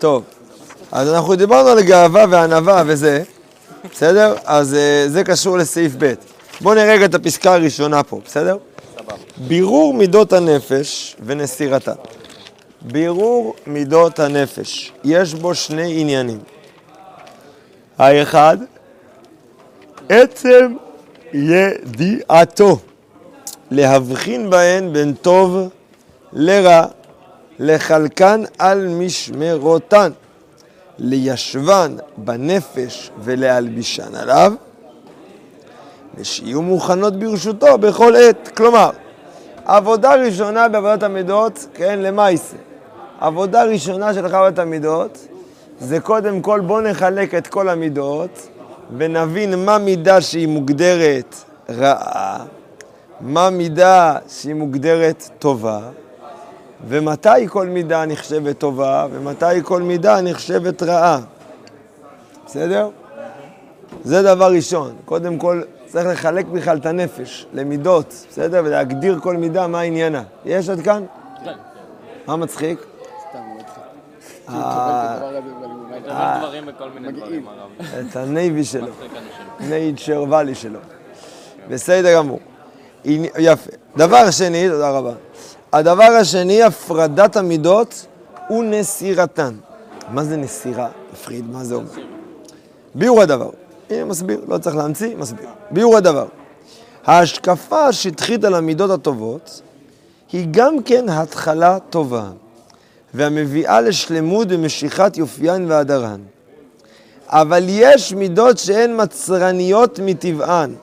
טוב, אז אנחנו דיברנו על גאווה וענווה וזה, בסדר? אז זה קשור לסעיף ב'. בואו נראה רגע את הפסקה הראשונה פה, בסדר? סבבה. בירור מידות הנפש ונסירתה. בירור מידות הנפש, יש בו שני עניינים. האחד, עצם ידיעתו, להבחין בהן בין טוב לרע, לחלקן על משמרותן, לישבן בנפש ולהלבישן עליו, ושיהיו מוכנות ברשותו בכל עת. כלומר, עבודה ראשונה בעבודת המידות, כן, למעשה. עבודה ראשונה של עבודת המידות, זה קודם כל בוא נחלק את כל המידות, ונבין מה מידה שהיא מוגדרת רעה, מה מידה שהיא מוגדרת טובה, ומתי כל מידה נחשבת טובה, ומתי כל מידה נחשבת רעה. בסדר? זה דבר ראשון. קודם כל צריך לחלק בכלל את הנפש למידות, בסדר? ולהגדיר כל מידה מה עניינה. יש עד כאן? כן. מה מצחיק? סתם, הוא מצחיק. יש דברים בכל מיני דברים, הרב. את הנייבי שלו, מצחיק אנשים. נייצ'ר ואלי שלו. בסדר גמור. יפה. דבר שני, תודה רבה. הדבר השני, הפרדת המידות ונסירתן. מה זה נסירה? תפריד, מה זה אומר? ביאור הדבר. הנה מסביר, לא צריך להמציא, מסביר. ביאור הדבר. ההשקפה השטחית על המידות הטובות היא גם כן התחלה טובה, והמביאה לשלמות במשיכת יופיין והדרן. אבל יש מידות שהן מצרניות מטבען,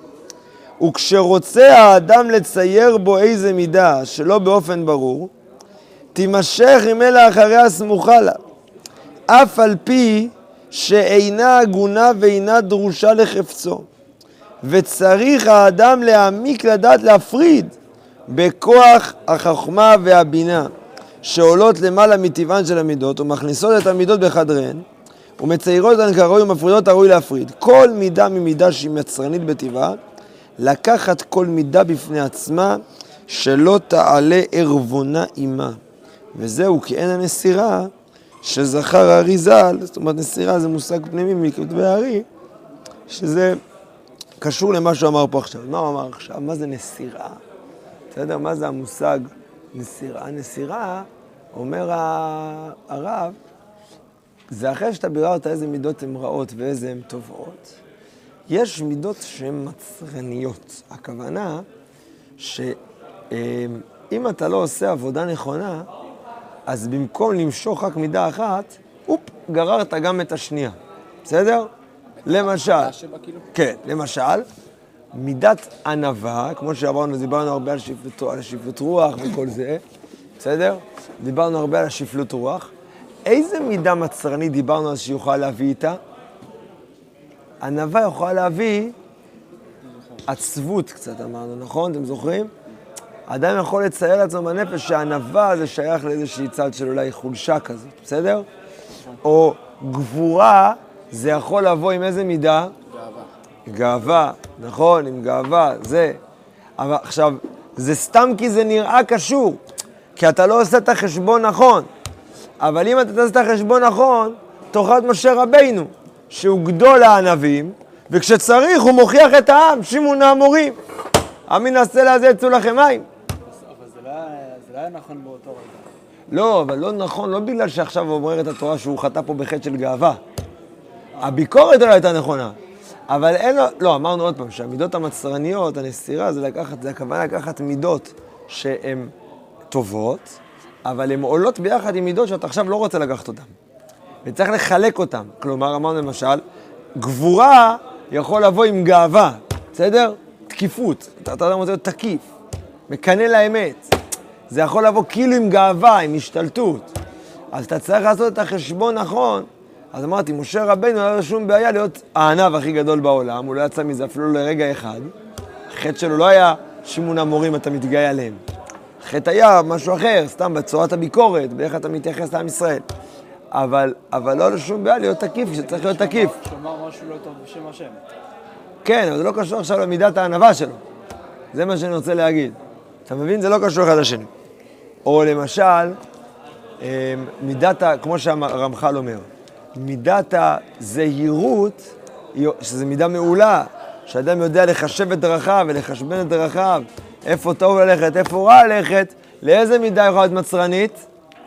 וכשרוצה האדם לצייר בו איזה מידה שלא באופן ברור, תימשך ממנה אחריה סמוכה לה, אף על פי שאינה הגונה ואינה דרושה לחפצו. וצריך האדם להעמיק לדעת להפריד בכוח החוכמה והבינה שעולות למעלה מטבען של המידות ומכניסות את המידות בחדרן ומציירות אותן כראוי ומפרידות הראוי להפריד. כל מידה ממידה שהיא מצרנית בטבעה, לקחת כל מידה בפני עצמה שלא תעלה ערבונה עימה. וזהו כי אין הנסירה שזכר הארי ז"ל, זאת אומרת נסירה זה מושג פנימי מכתבי הארי, שזה קשור למה שהוא אמר פה עכשיו. מה הוא אמר עכשיו? מה זה נסירה? בסדר? מה זה המושג נסירה? הנסירה, אומר הרב, זה אחרי שאתה ביררת איזה מידות הן רעות ואיזה הן טובות, יש מידות שהן מצרניות. הכוונה שאם אתה לא עושה עבודה נכונה, אז במקום למשוך רק מידה אחת, גררת גם את השנייה. בסדר? למשל, כן, למשל, מידת ענווה, כמו שעברנו, דיברנו הרבה על שפלות רוח וכל זה, בסדר? דיברנו הרבה על שפלות רוח. איזה מידה מצרנית דיברנו על שיוכל להביא איתה? ענווה יכולה להביא עצבות קצת, אמרנו, נכון? אתם זוכרים? אדם יכול לצייר לעצמו בנפש שהענווה זה שייך לאיזושהי צד של אולי חולשה כזאת, בסדר? או גבורה זה יכול לבוא עם איזה מידה? גאווה, נכון, עם גאווה, זה. אבל עכשיו, זה סתם כי זה נראה קשור, כי אתה לא עושה את החשבון נכון. אבל אם אתה תעשה את החשבון נכון, תורת משה רבינו, שהוא גדול הענבים, וכשצריך הוא מוכיח את העם, שימו נא המורים. אמין הסלע הזה יצאו לכם מים. אבל זה לא היה נכון באותו רגע. לא, אבל לא נכון, לא בגלל שעכשיו אומרת התורה שהוא חטא פה בחטא של גאווה. הביקורת לא הייתה נכונה. אבל אין לו, לא, אמרנו עוד פעם, שהמידות המצרניות, הנסירה, זה הכוונה לקחת מידות שהן טובות, אבל הן עולות ביחד עם מידות שאתה עכשיו לא רוצה לקחת אותן. וצריך לחלק אותן. כלומר, אמרנו למשל, גבורה יכול לבוא עם גאווה, בסדר? תקיפות. אתה אדם רוצה להיות תקיף, מקנה לאמת. זה יכול לבוא כאילו עם גאווה, עם השתלטות. אז אתה צריך לעשות את החשבון נכון. אז אמרתי, משה רבינו לא היה שום בעיה להיות הענב הכי גדול בעולם, הוא לא יצא מזה אפילו לרגע אחד. החטא שלו לא היה שימון המורים, אתה מתגאה עליהם. החטא היה משהו אחר, סתם בצורת הביקורת, באיך אתה מתייחס לעם ישראל. אבל לא היה שום בעיה להיות תקיף, שצריך להיות תקיף. שאומר משהו לא טוב בשם השם. כן, אבל זה לא קשור עכשיו למידת הענווה שלו. זה מה שאני רוצה להגיד. אתה מבין? זה לא קשור אחד לשני. או למשל, כמו שהרמח"ל אומר, מידת הזהירות, שזו מידה מעולה, שאדם יודע לחשב את דרכיו ולחשבן את דרכיו, איפה טוב ללכת, איפה רע ללכת, לאיזה מידה יכולה להיות מצרנית?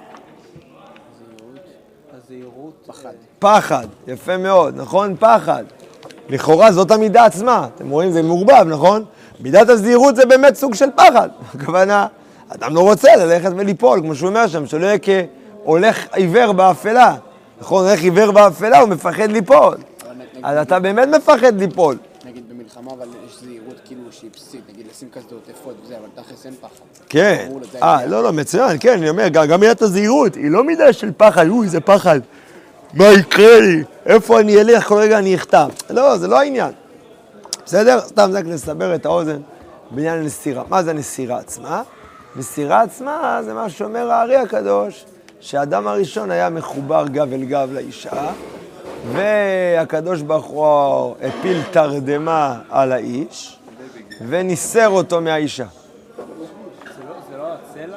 הזהירות. פחד. פחד, יפה מאוד, נכון? פחד. לכאורה זאת המידה עצמה, אתם רואים, זה מעורבב, נכון? מידת הזהירות זה באמת סוג של פחד. הכוונה, אדם לא רוצה ללכת וליפול, כמו שהוא אומר שם, שלא יהיה כהולך עיוור באפלה. נכון, הולך עיוור באפלה, הוא מפחד ליפול. אז אתה באמת מפחד ליפול. נגיד במלחמה, אבל יש זהירות כאילו שהיא בסיסית, נגיד לשים קסדות, אפוד וזה, אבל תכלס אין פחד. כן, לא, מצוין, כן, אני אומר, גם מידת הזהירות, היא לא מידה של פחד, זה פחד. מה יקרה לי? איפה אני אלך? כל רגע אני אחטא. לא, זה לא העניין. בסדר? סתם זה רק לסבר את האוזן בעניין הנסירה. מה זה הנסירה עצמה? נסירה עצמה זה מה שאומר הארי הקדוש, שהאדם הראשון היה מחובר גב אל גב לאישה, והקדוש ברוך הוא הפיל תרדמה על האיש, וניסר אותו מהאישה. זה לא הצלע?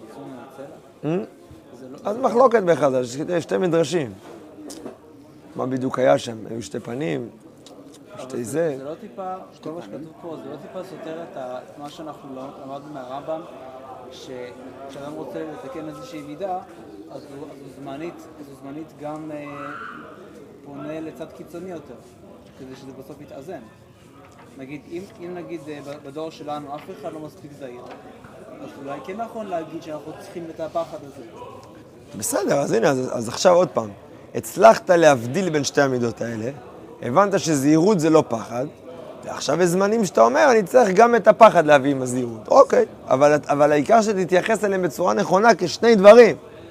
אז מחלוקת באחד, יש שתי מדרשים. מה בדיוק היה שם? היו שתי פנים, שתי זה. זה לא טיפה, כל מה שכתוב פה, זה לא טיפה סותר את מה שאנחנו למדנו מהרמב"ם, שכשאדם רוצה לתקן איזושהי מידה, אז הוא זמנית גם פונה לצד קיצוני יותר, כדי שזה בסוף יתאזן. נגיד, אם נגיד בדור שלנו אף אחד לא מספיק זהיר, אז אולי כן נכון להגיד שאנחנו צריכים את הפחד הזה. בסדר, אז הנה, אז עכשיו עוד פעם. הצלחת להבדיל בין שתי המידות האלה, הבנת שזהירות זה לא פחד, ועכשיו יש זמנים שאתה אומר, אני צריך גם את הפחד להביא עם הזהירות. אוקיי, אבל העיקר שתתייחס אליהם בצורה נכונה כשני דברים.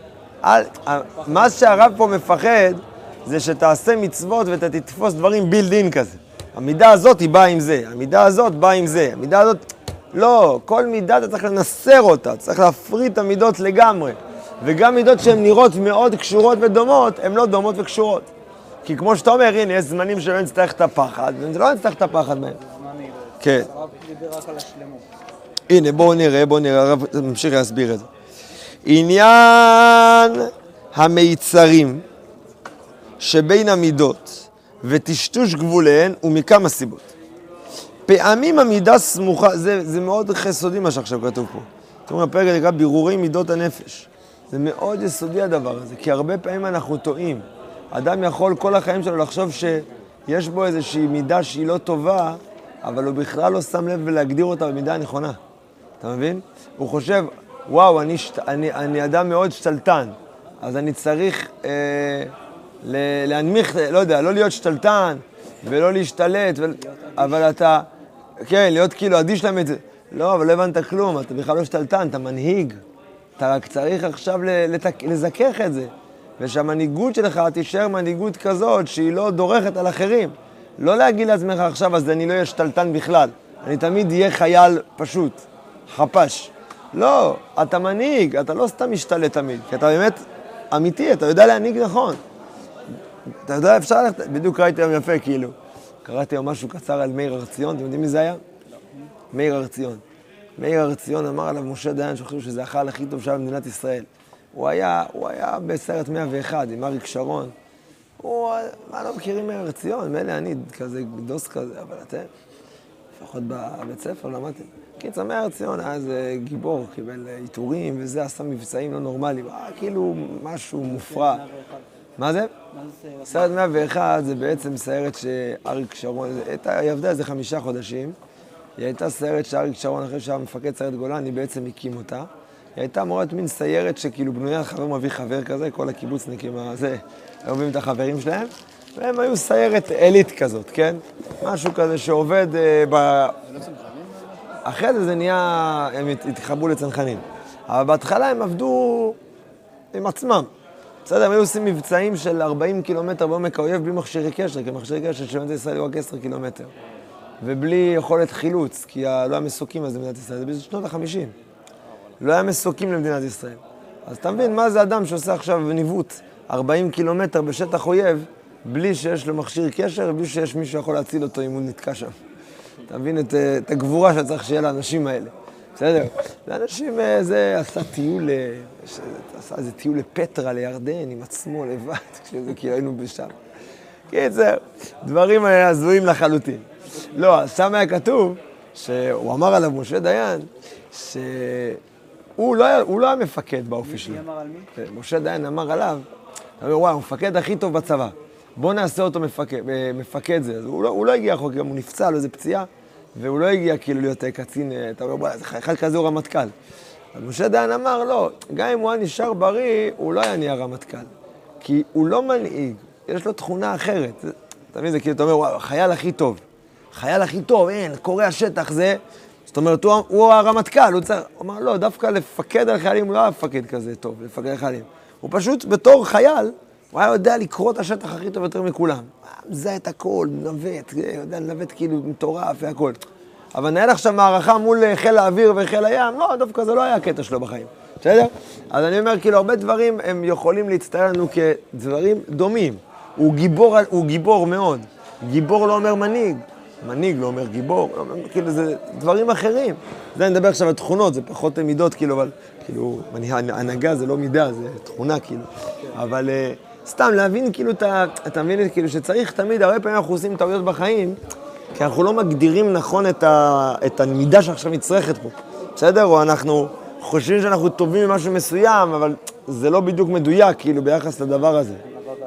מה שהרב פה מפחד זה שתעשה מצוות ואתה תתפוס דברים בילד-אין כזה. המידה הזאת היא באה עם זה, המידה הזאת באה עם זה, המידה הזאת... לא, כל מידה אתה צריך לנסר אותה, צריך להפריד את המידות לגמרי. וגם מידות שהן נראות מאוד קשורות ודומות, הן לא דומות וקשורות. כי כמו שאתה אומר, הנה, יש זמנים שלא נצטרך את הפחד, ולא נצטרך את הפחד מהם. כן. הרב דיבר רק על השלמות. הנה, בואו נראה, הרב ממשיך להסביר את זה. עניין המיצרים שבין המידות וטשטוש גבוליהן הוא מכמה סיבות. פעמים המידה סמוכה, זה מאוד חסודי מה שעכשיו כתוב פה. זאת אומרת, הפרק נקרא בירורי מידות הנפש. זה מאוד יסודי הדבר הזה, כי הרבה פעמים אנחנו טועים. אדם יכול כל החיים שלו לחשוב שיש בו איזושהי מידה שהיא לא טובה, אבל הוא בכלל לא שם לב ולהגדיר אותה במידה הנכונה. אתה מבין? הוא חושב, וואו, אני אדם מאוד שתלטן, אז אני צריך להנמיך, לא יודע, לא להיות שתלטן ולא להשתלט, אבל אתה, כן, להיות כאילו אדיש להם את זה. לא, אבל לא הבנת כלום, אתה בכלל לא שתלטן, אתה מנהיג. אתה רק צריך עכשיו לזכך את זה, ושהמנהיגות שלך תישאר מנהיגות כזאת שהיא לא דורכת על אחרים. לא להגיד לעצמך עכשיו, אז אני לא אהיה שתלטן בכלל. אני תמיד אהיה חייל פשוט, חפש. לא, אתה מנהיג, אתה לא סתם משתלט תמיד, כי אתה באמת אמיתי, אתה יודע להנהיג נכון. אתה יודע, אפשר ללכת, בדיוק ראיתי היום יפה, כאילו. קראתי היום משהו קצר על מאיר הר-ציון, אתם יודעים מי זה היה? מאיר הר-ציון. מאיר הר-ציון אמר עליו משה דיין שחושב שזה האכל הכי טוב שהיה במדינת ישראל. הוא היה בסרט 101 עם אריק שרון. מה לא מכירים מאיר הר-ציון? מילא אני כזה דוס כזה, אבל אתם, לפחות בבית ספר למדתם. קיצר, מאיר הר-ציון היה איזה גיבור, קיבל עיטורים וזה, עשה מבצעים לא נורמליים. כאילו משהו מופרע. מה זה? סרט 101 זה בעצם סרט שאריק שרון, היא עבדה איזה 5 חודשים. היא הייתה סיירת שאריק שרון, אחרי שהיה מפקד סיירת גולני, בעצם הקים אותה. היא הייתה אמורה מין סיירת שכאילו בנויה חבר מביא חבר כזה, כל הקיבוצניקים הזה, היו מביאים את החברים שלהם, והם היו סיירת אלית כזאת, כן? משהו כזה שעובד ב... זה לא צנחנים? אחרי זה נהיה, הם התחברו לצנחנים. אבל בהתחלה הם עבדו עם עצמם. בסדר, הם היו עושים מבצעים של 40 קילומטר בעומק האויב בלי מכשירי קשר, כי מכשירי קשר של מדינת ישראל היו רק 10 קילומטר. ובלי יכולת חילוץ, כי לא היה מסוקים אז למדינת ישראל, זה בשנות ה-50. לא היה מסוקים למדינת ישראל. אז אתה מבין, מה זה אדם שעושה עכשיו ניווט 40 קילומטר בשטח אויב, בלי שיש לו מכשיר קשר, בלי שיש מישהו יכול להציל אותו אם הוא נתקע שם. אתה מבין את הגבורה שצריך שיהיה לאנשים האלה. בסדר? לאנשים זה עשה טיול, עשה איזה טיול לפטרה, לירדן, עם עצמו לבד, כשזה כאילו היינו בשם. קיצר, דברים הזויים לחלוטין. לא, שם היה כתוב, שהוא אמר עליו משה דיין, שהוא לא היה מפקד באופי שלו. מי אמר על מי? משה דיין אמר עליו, הוא אמר, וואי, הוא מפקד הכי טוב בצבא. בוא נעשה אותו מפקד זה. אז הוא לא הגיע אחר, כי הוא נפצע לו איזה פציעה, והוא לא הגיע כאילו להיות קצין, אתה אומר, בוא, אחד כזה הוא רמטכ"ל. אז משה דיין אמר, לא, גם אם הוא היה נשאר בריא, הוא לא היה נהיה רמטכ"ל. כי הוא לא מנהיג, יש לו תכונה אחרת. אתה מבין, זה כאילו, אתה אומר, וואו, החייל הכי טוב. חייל הכי טוב, אין, קורא השטח זה. זאת אומרת, הוא הרמטכ"ל, הוא אמר, לא, דווקא לפקד על חיילים, הוא לא היה מפקד כזה טוב, לפקד על חיילים. הוא פשוט, בתור חייל, הוא היה יודע לקרוא את השטח הכי טוב יותר מכולם. מזהה את הכל, נווט, יודע לנווט כאילו מטורף והכל. אבל נהל עכשיו מערכה מול חיל האוויר וחיל הים, לא, דווקא זה לא היה הקטע שלו בחיים. בסדר? אז אני אומר, כאילו, הרבה דברים הם יכולים להצטער לנו כדברים דומים. הוא גיבור מאוד. גיבור לא אומר מנהיג. מנהיג לא אומר גיבור, לא אומר, כאילו, זה דברים אחרים. זה אני מדבר עכשיו על תכונות, זה פחות מידות, כאילו, אבל, כאילו, הנהגה זה לא מידה, זה תכונה, כאילו. אבל סתם להבין, כאילו, אתה מבין, כאילו, שצריך תמיד, הרבה פעמים אנחנו עושים טעויות בחיים, כי אנחנו לא מגדירים נכון את המידה שעכשיו נצרכת פה. בסדר? או אנחנו חושבים שאנחנו טובים ממשהו מסוים, אבל זה לא בדיוק מדויק, כאילו, ביחס לדבר הזה.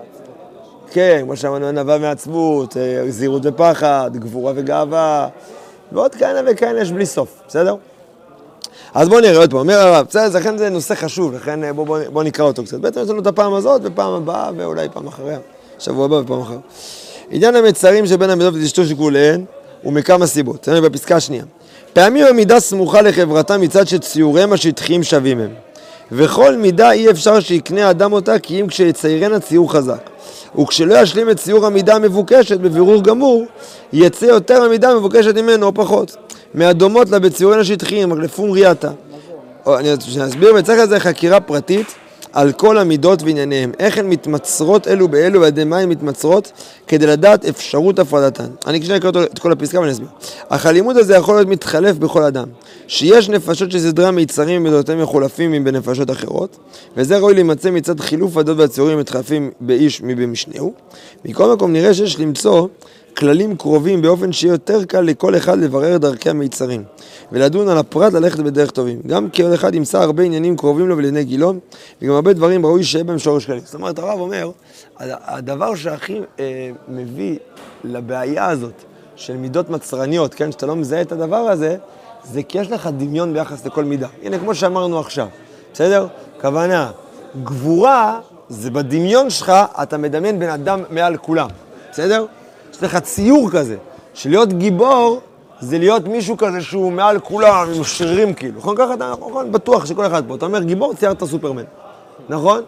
כן, כמו שאמרנו, ענווה מעצבות, זהירות ופחד, גבורה וגאווה, ועוד כהנה וכהנה יש בלי סוף, בסדר? אז בואו נראה עוד פעם, אומר הרב, בסדר, לכן זה נושא חשוב, לכן בואו נקרא אותו קצת. בעצם יש לנו את הפעם הזאת ופעם הבאה, ואולי פעם אחריה, שבוע הבא ופעם אחר. עניין המצרים שבין המידות ותשתו שיקוליהן, הוא מכמה סיבות. זה בפסקה השנייה. פעמים המידה סמוכה לחברתה מצד שציוריהם השטחיים שווים הם. וכל מידה אי אפשר שיקנה אדם אותה, כי אם כשיציירנה ציור חזק. וכשלא ישלים את ציור המידה המבוקשת בבירור גמור, יצא יותר המידה המבוקשת ממנו או פחות. מהדומות לה בציורים השטחיים, מגלפום ריאתה. אני אסביר בצריך לזה חקירה פרטית על כל המידות וענייניהם. איך הן מתמצרות אלו באלו ועדי מה הן מתמצרות, כדי לדעת אפשרות הפרדתן. אני כשאני אקרא את כל הפסקה ואני אסביר. אך הלימוד הזה יכול להיות מתחלף בכל אדם. שיש נפשות שסדרה מיצרים ומידותיהם מחולפים עם בנפשות אחרות, וזה ראוי להימצא מצד חילוף הדות והציורים מתחלפים באיש מבמשנהו. מכל מקום נראה שיש למצוא כללים קרובים באופן שיהיה יותר קל לכל אחד לברר דרכי המיצרים, ולדון על הפרט ללכת בדרך טובים. גם כל אחד ימצא הרבה עניינים קרובים לו ולבני גילו, וגם הרבה דברים ראוי שיהיה בהם שורש כללי. זאת אומרת, הרב אומר, הדבר שהכי מביא לבעיה הזאת של מידות מצרניות, כן, שאתה לא מזהה את הדבר הזה, זה כי יש לך דמיון ביחס לכל מידה. הנה, כמו שאמרנו עכשיו, בסדר? כוונה, גבורה זה בדמיון שלך, אתה מדמיין בן אדם מעל כולם, בסדר? יש לך ציור כזה, שלהיות גיבור זה להיות מישהו כזה שהוא מעל כולם, עם שרירים כאילו. נכון? ככה אתה נכון, בטוח שכל אחד פה. אתה אומר גיבור, ציירת סופרמן. נכון?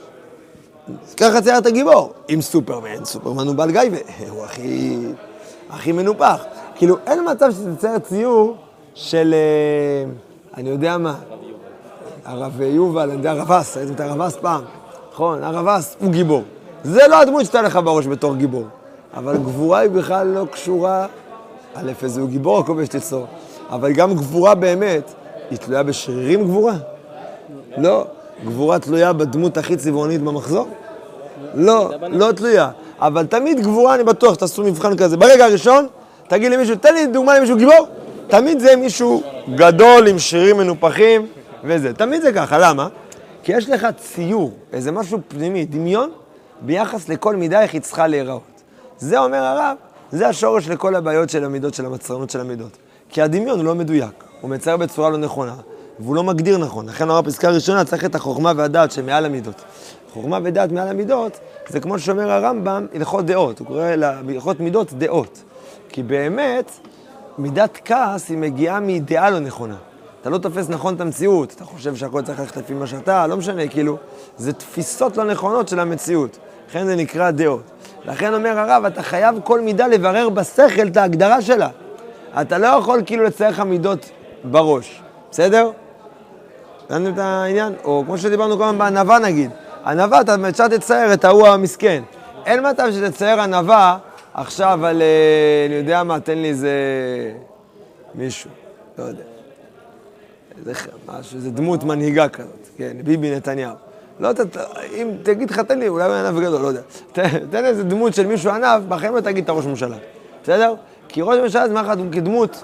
ככה ציירת גיבור. עם סופרמן, סופרמן הוא בעל גייבה. הוא הכי מנופח. כאילו, אין מצב שתצייר ציור של, אני יודע מה, הרב יובל, אני יודע, הרבס, ראיתם את הרבס פעם. נכון, הרבס הוא גיבור. זה לא הדמות שאתה לך בראש בתור גיבור. אבל גבורה היא בכלל לא קשורה, א' איזה הוא גיבור, הכל בשתיצור. אבל גם גבורה באמת, היא תלויה בשרירים גבורה? לא. גבורה תלויה בדמות הכי צבעונית במחזור? לא, לא תלויה. אבל תמיד גבורה, אני בטוח, תעשו מבחן כזה. ברגע הראשון, תגיד למישהו, תן לי דוגמה למישהו גיבור. תמיד זה מישהו גדול עם שרירים מנופחים וזה. תמיד זה ככה, למה? כי יש לך ציור, איזה משהו פנימי, דמיון, ביחס לכל מידה איך היא צריכה להיראות. זה אומר הרב, זה השורש לכל הבעיות של המידות, של המצרנות של המידות. כי הדמיון הוא לא מדויק, הוא מצייר בצורה לא נכונה, והוא לא מגדיר נכון. לכן הרב פסקה ראשונה צריך את החוכמה והדעת שמעל המידות. חוכמה ודעת מעל המידות, זה כמו שאומר הרמב"ם, הלכות דעות, הוא קורא להלכות מידות דעות. כי באמת, מידת כעס היא מגיעה מדעה לא נכונה. אתה לא תופס נכון את המציאות, אתה חושב שהכל צריך ללכת לפי מה שאתה, לא משנה, כאילו, זה תפיסות לא נכונות של המציאות. לכן זה נקרא דעות. לכן אומר הרב, אתה חייב כל מידה לברר בשכל את ההגדרה שלה. אתה לא יכול כאילו לצייר לך מידות בראש. בסדר? הבנתם את העניין? או כמו שדיברנו כל הזמן בענווה נגיד. ענווה, אתה אפשר תצייר את ההוא המסכן. אין מצב שתצייר ענווה עכשיו על, אני יודע מה, תן לי איזה מישהו. לא יודע. זה דמות מנהיגה כזאת, כן, ביבי נתניהו. לא, אם תגיד לך, תן לי, אולי הוא ענב גדול, לא יודע. תן איזה דמות של מישהו ענב, בחיים לא תגיד את הראש ממשלה. בסדר? כי ראש ממשלה זה מאחד כדמות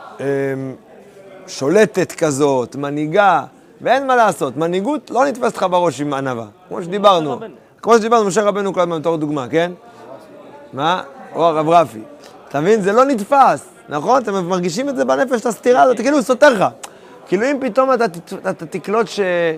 שולטת כזאת, מנהיגה, ואין מה לעשות. מנהיגות לא נתפסת לך בראש עם ענבה. כמו שדיברנו, משה רבנו כל הזמן בתור דוגמה, כן? מה? או הרב רפי. אתה מבין? זה לא נתפס, נכון? אתם מרגישים את זה בנפש, את הסתירה הזאת, כאילו הוא סותר לך. כאילו אם פתאום אתה תקלוט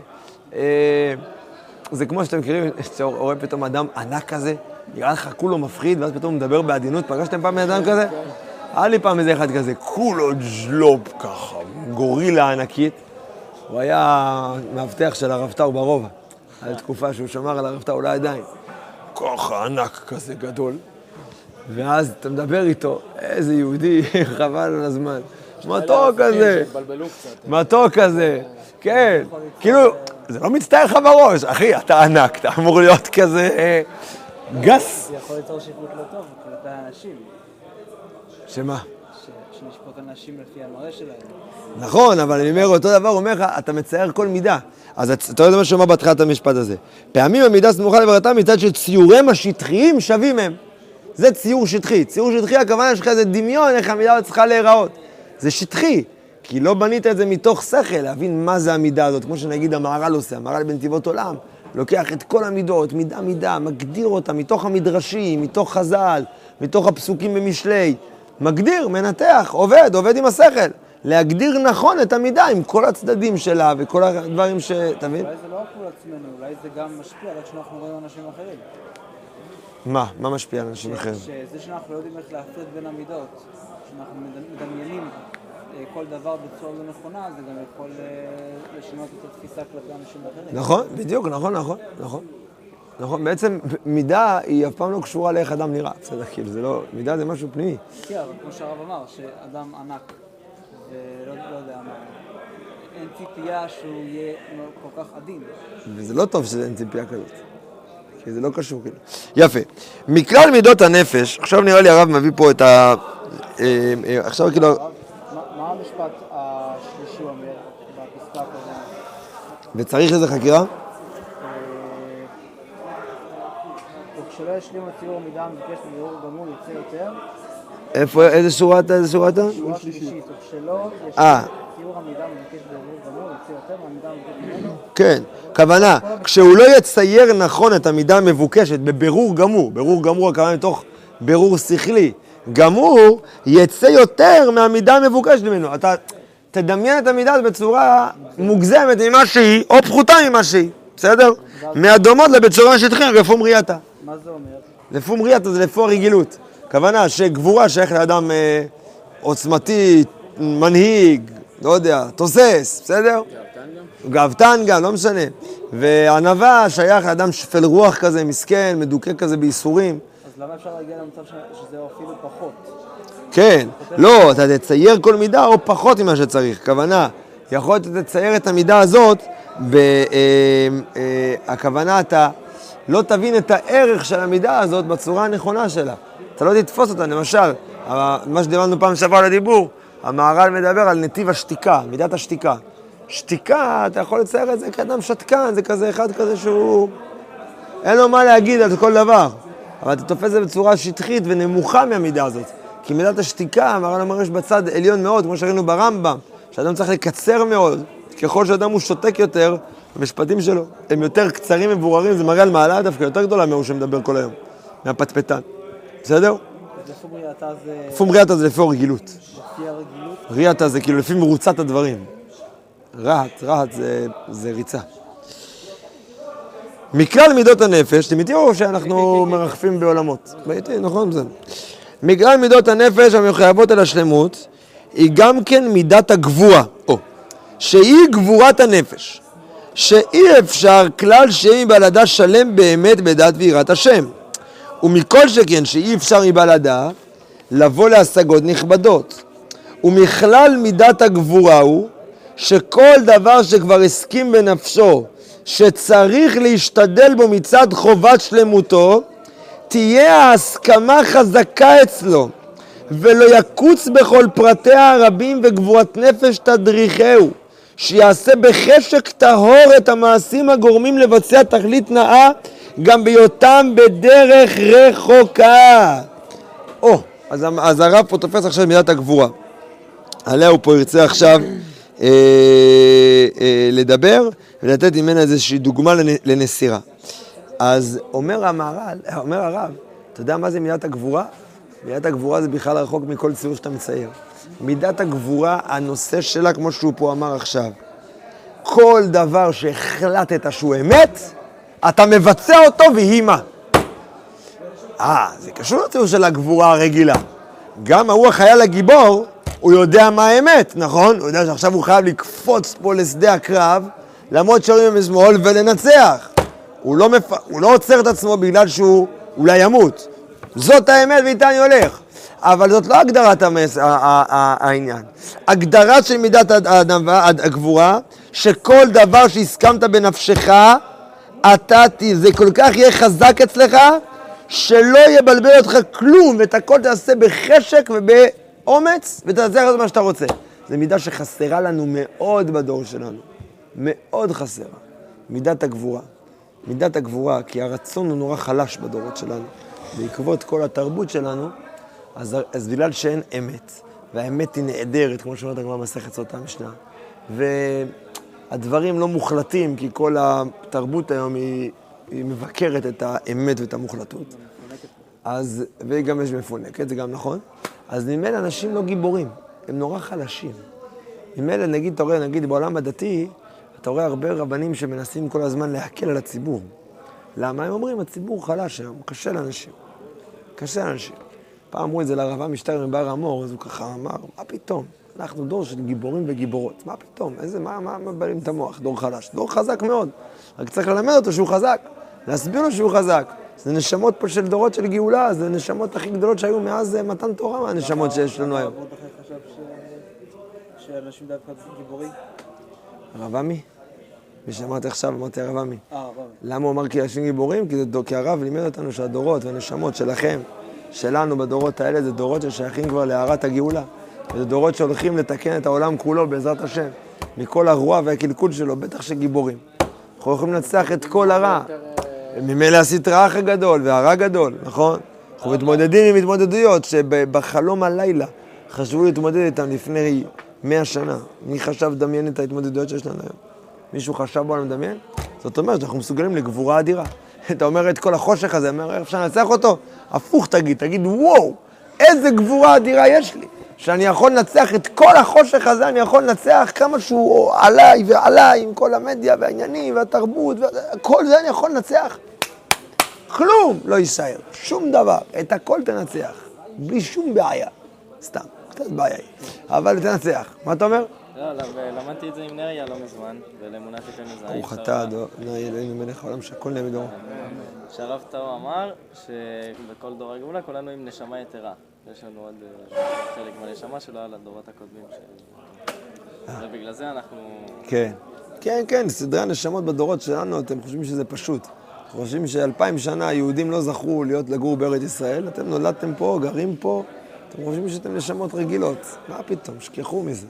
זה כמו שאתם מכירים, שאתה רואה פתאום אדם ענק כזה, נראה לך כולו מפחיד, ואז פתאום מדבר בעדינות. פגשתם פעם אדם כזה? היה לי פעם איזה אחד כזה, כולו ג'לופ ככה, גורילה ענקית. הוא היה מאבטח של הרב טאו ברובע. היה תקופה שהוא שמר על הרב טאו לידיים. ככה ענק כזה גדול. ואז אתה מדבר איתו, איזה יהודי, חבל על הזמן. מתוק כזה, מתוק כזה, כן, כאילו, זה לא מצטער לך בראש, אחי, אתה ענק, אתה אמור להיות כזה גס. זה יכול ליצור שיפוט לא טוב כלפי האנשים. שמה? שנשפוט אנשים לפי המראה שלהם. נכון, אבל אני אומר, אותו דבר, הוא אומר לך, אתה מצייר כל מידה. אז אתה יודע מה שאומר בהתחלת המשפט הזה. פעמים המידה סמוכה לברתם מצד שציוריהם השטחיים שווים הם. זה ציור שטחי. ציור שטחי, הכוונה שלך זה דמיון, איך המידה צריכה להיראות. זה שטחי, כי לא בנית את זה מתוך שכל, להבין מה זה המידה הזאת, כמו שנגיד המהר"ל עושה, המהר"ל בנתיבות עולם, לוקח את כל המידות, מידה, מגדיר אותה מתוך המדרשים, מתוך חז"ל, מתוך הפסוקים במשלי, מגדיר, מנתח, עובד עם השכל, להגדיר נכון את המידה עם כל הצדדים שלה וכל הדברים תבין? אולי זה לא רק מול עצמנו, אולי זה גם משפיע על איך שאנחנו רואים אנשים אחרים. מה משפיע על אנשים אחרים? שזה שאנחנו לא יודעים איך להפריד בין המידות, שאנחנו מדמיינים כל דבר בצורה לא נכונה, זה גם יכול לשנות את התפיסה כלפי אנשים אחרים. נכון, בדיוק, נכון. בעצם מידה היא אף פעם לא קשורה לאיך אדם נראה, בסדר, כאילו זה לא, מידה זה משהו פנימי. כן, אבל כמו שהרב אמר, שאדם ענק, ולא יודע מה, אין ציפייה שהוא יהיה כל כך עדין. וזה לא טוב שזה אין ציפייה כזאת. כי זה לא קשור, כאילו. יפה. מכלל מידות הנפש, עכשיו נראה לי הרב מביא פה את ה... עכשיו כאילו... מה המשפט השלישי אומר בפסקה כזה? וצריך איזה חקירה? וכשלא ישלים הציור המידה המבקש בבירור גמור יצא יותר. איפה, איזה שורה אתה? שורה שלישית. וכשלא ישלים הציור המידה המבקש בבירור גמור יצא יותר מהמידה המבקש ממנו. כן, כוונה, כשהוא לא יצייר נכון את המידה המבוקשת בבירור גמור, בירור גמור הכוונה מתוך בירור שכלי, גמור יצא יותר מהמידה המבוקשת ממנו. אתה תדמיין את המידה הזאת בצורה מוגזמת ממה שהיא, או פחותה ממה שהיא, בסדר? מהדומות לבצורה שטחים, לפום ריאתה. מה זה אומר? לפום ריאתה זה לפום הרגילות. כוונה שגבורה שייך לאדם עוצמתי, מנהיג, לא יודע, תוסס, בסדר? גאוותן גם, לא משנה. וענווה שייך לאדם שפל רוח כזה, מסכן, מדוכא כזה בייסורים. אז למה אפשר להגיע למצב שזה אפילו פחות? כן, לא, אתה תצייר כל מידה או פחות ממה שצריך. כוונה, יכול להיות לצייר את המידה הזאת, הכוונה אתה לא תבין את הערך של המידה הזאת בצורה הנכונה שלה. אתה לא תתפוס אותה, למשל, מה שדיברנו פעם שעברה לדיבור, המהר"ל מדבר על נתיב השתיקה, מידת השתיקה. שתיקה, אתה יכול לצייר את זה כאדם שתקן, זה כזה אחד כזה שהוא... אין לו מה להגיד על כל דבר. אבל אתה תופס את זה בצורה שטחית ונמוכה מהמידה הזאת. כי מידת השתיקה, המהר"ל אומר, יש בצד עליון מאוד, כמו שראינו ברמב"ם, שאדם צריך לקצר מאוד. ככל שאדם הוא שותק יותר, המשפטים שלו הם יותר קצרים מבוררים, זה מראה על מעלה דווקא יותר גדולה מהוא שמדבר כל היום, מהפטפטן. בסדר? לפום ריאתה זה לפי הרגילות. לפי הרגילות? ריאתה זה כאילו לפי מרוצת הדברים. רהט זה ריצה. מכלל מידות הנפש, אתם איתי או שאנחנו מרחפים בעולמות? באיתי, נכון, בסדר. מכלל מידות הנפש המחויבות אל השלמות, היא גם כן מידת הגבורה, שהיא גבורת הנפש, שאי אפשר כלל שהיא בלדה שלם באמת בדעת ויראת השם. ומכל שכן שאי אפשר מבלדה לבוא להשגות נכבדות. ומכלל מידת הגבורה הוא שכל דבר שכבר הסכים בנפשו שצריך להשתדל בו מצד חובת שלמותו, תהיה ההסכמה חזקה אצלו, ולא יקוץ בכל פרטיה הרבים וגבורת נפש תדריכהו, שיעשה בחשק טהור את המעשים הגורמים לבצע תכלית נאה, גם בהיותם בדרך רחוקה. אז הרב פה תופס עכשיו מידת הגבורה. עליה הוא פה ירצה עכשיו לדבר ולתת ממנה איזושהי דוגמה לנסירה. אז אומר הרב, אתה יודע מה זה מידת הגבורה? מידת הגבורה זה בכלל רחוק מכל ציור שאתה מצייר. מידת הגבורה, הנושא שלה, כמו שהוא פה אמר עכשיו, כל דבר שהחלטת שהוא אמת, אתה מבצע אותו והיא מה? זה קשור לציור של הגבורה הרגילה. גם הוא החייל הגיבור, הוא יודע מה האמת, נכון? הוא יודע שעכשיו הוא חייב לקפוץ פה לשדה הקרב, למרות שעולים משמאל ולנצח. הוא לא עוצר את עצמו בגלל שהוא אולי ימות. זאת האמת ואיתה אני הולך. אבל זאת לא הגדרת העניין. הגדרה של מידת הגבורה, שכל דבר שהסכמת בנפשך, זה כל כך יהיה חזק אצלך, שלא יבלבל אותך כלום, ואת הכל תעשה בחשק ובאומץ, ותעשה את מה שאתה רוצה. זו מידה שחסרה לנו מאוד בדור שלנו. מאוד חסרה. מידת הגבורה. מידת הגבורה, כי הרצון הוא נורא חלש בדורות שלנו. בעקבות כל התרבות שלנו, אז בגלל שאין אמת, והאמת היא נעדרת, כמו שאומרת הגמרא במסכת סוטה המשנה, והדברים לא מוחלטים, כי כל התרבות היום היא מבקרת את האמת ואת המוחלטות. אז, וגם יש מפונקת, זה גם נכון. אז ממילא אנשים לא גיבורים, הם נורא חלשים. ממילא נגיד, בעולם הדתי, אתה רואה הרבה רבנים שמנסים כל הזמן להקל על הציבור. למה? הם אומרים, הציבור חלש היום, קשה לאנשים. קשה לאנשים. פעם אמרו את זה לרב משטר מבר המור, אז הוא ככה אמר, מה פתאום? אנחנו דור של גיבורים וגיבורות. מה פתאום? מה מבלים את המוח? דור חלש. דור חזק מאוד. רק צריך ללמד אותו שהוא חזק. להסביר לו שהוא חזק. זה נשמות פה של דורות של גאולה, זה נשמות הכי גדולות שהיו מאז מתן תורה, מהנשמות שיש לנו היום. הרב חשב שאנשים דווקא גיבורים? הרב עמי? מי שאמרתי עכשיו, אמרתי הרב עמי. למה הוא אמר כי אנשים גיבורים? כי הרב לימד אותנו שהדורות והנשמות שלכם, שלנו בדורות האלה, זה דורות ששייכים כבר להארת הגאולה. זה דורות שהולכים לתקן את העולם כולו בעזרת השם. מכל הרוע והקלקול שלו, בטח שגיבורים. אנחנו יכולים לנצח את כל הרע. ממילא הסטרא אחרא גדול והרע גדול, נכון? אנחנו מתמודדים עם התמודדויות שבחלום הלילה חשבו להתמודד איתם לפני 100 שנה. מי חשב לדמיין את ההתמודדויות שיש לנו היום? מישהו חשב בו על מדמיין? זאת אומרת שאנחנו מסוגלים לגבורה אדירה. אתה אומר את כל החושך הזה, אומר, איך אפשר לנצח אותו? הפוך תגיד, וואו, איזה גבורה אדירה יש לי. שאני יכול לנצח את כל החושך הזה, אני יכול לנצח כמה שהוא עליי ועליי, עם כל המדיה והעניינים והתרבות, כל זה אני יכול לנצח. כלום לא יישאר, שום דבר. את הכל תנצח, בלי שום בעיה. סתם, קצת בעיה היא. אבל תנצח. מה אתה אומר? לא, למדתי את זה עם נריה לא מזמן, ולאמונת תיתן לזהים. ברוך אתה, נריה אלוהינו מלך העולם שהכל נהיה בדורו. שהרב טאו אמר שבכל דור הגאולה כולנו עם נשמה יתרה. יש לנו עוד חלק מהנשמה שלו על הדורות הקודמים. ובגלל זה אנחנו... כן, סדרי הנשמות בדורות שלנו, אתם חושבים שזה פשוט. אתם חושבים ש2000 שנה היהודים לא זכו לגור בארץ ישראל, אתם נולדתם פה, גרים פה, אתם חושבים שאתם נשמות רגילות. מה פתאום? שכחו מזה.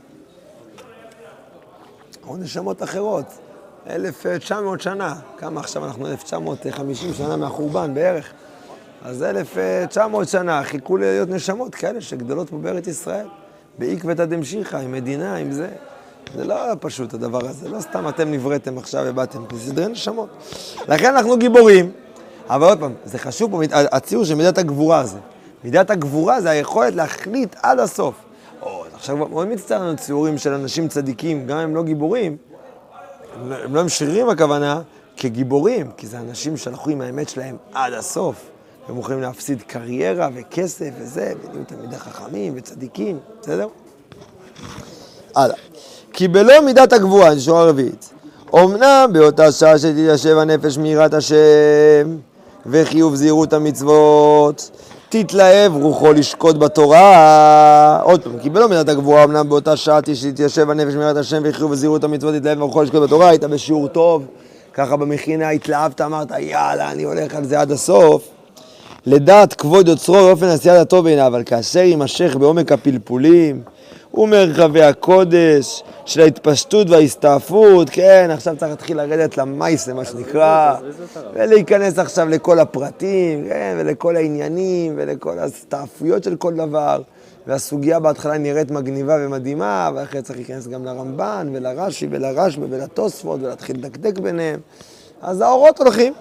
או נשמות אחרות, 1900 שנה, כמה עכשיו אנחנו 1950 שנה מהחורבן בערך, אז 1900 שנה חיכו להיות נשמות כאלה שגדלות פה בארץ ישראל, בעקבתא דמשיחא, עם מדינה, עם זה. זה לא פשוט הדבר הזה, לא סתם אתם נבראתם עכשיו ובאתם, זה סדרי נשמות. לכן אנחנו גיבורים, אבל עוד פעם, זה חשוב פה, הציור של מידת הגבורה הזה. מידת הגבורה זה היכולת להחליט עד הסוף. עכשיו מאוד מצטער לנו ציורים של אנשים צדיקים, גם הם לא גיבורים, הם לא משרירים הכוונה כגיבורים, כי זה אנשים שהלכו עם האמת שלהם עד הסוף. הם יכולים להפסיד קריירה וכסף וזה, ונהיו תלמידי חכמים וצדיקים, בסדר? הלאה. כי בלא מידת הגבורה, זה שורה רביעית, אמנם באותה שעה שתתיישב הנפש מיראת השם וחיוב זהירות המצוות, תתלהב רוחו לשקוט בתורה. עוד פעם, כי בלא מידת הגבורה, אמנם באותה שעה שתתיישב הנפש מיראת השם וחיוב זהירות המצוות, תתלהב רוחו לשקוט בתורה. היית בשיעור טוב, ככה במכינה התלהבת, אמרת יאללה אני הולך על זה עד הסוף. לדעת כבוד יוצרו ואופן עשיית הטוב בעיניו, אבל כאשר יימשך בעומק הפלפולים ומרחבי הקודש של ההתפשטות וההסתעפות, כן, עכשיו צריך להתחיל לרדת למייסה, מה שנקרא, ולהיכנס עכשיו לכל הפרטים, כן, ולכל העניינים, ולכל ההסתעפויות של כל דבר, והסוגיה בהתחלה נראית מגניבה ומדהימה, ואחרי צריך להיכנס גם לרמב"ן, ולרש"י, ולרשב"א, ולתוספות, ולהתחיל לדקדק ביניהם, אז האורות הולכים.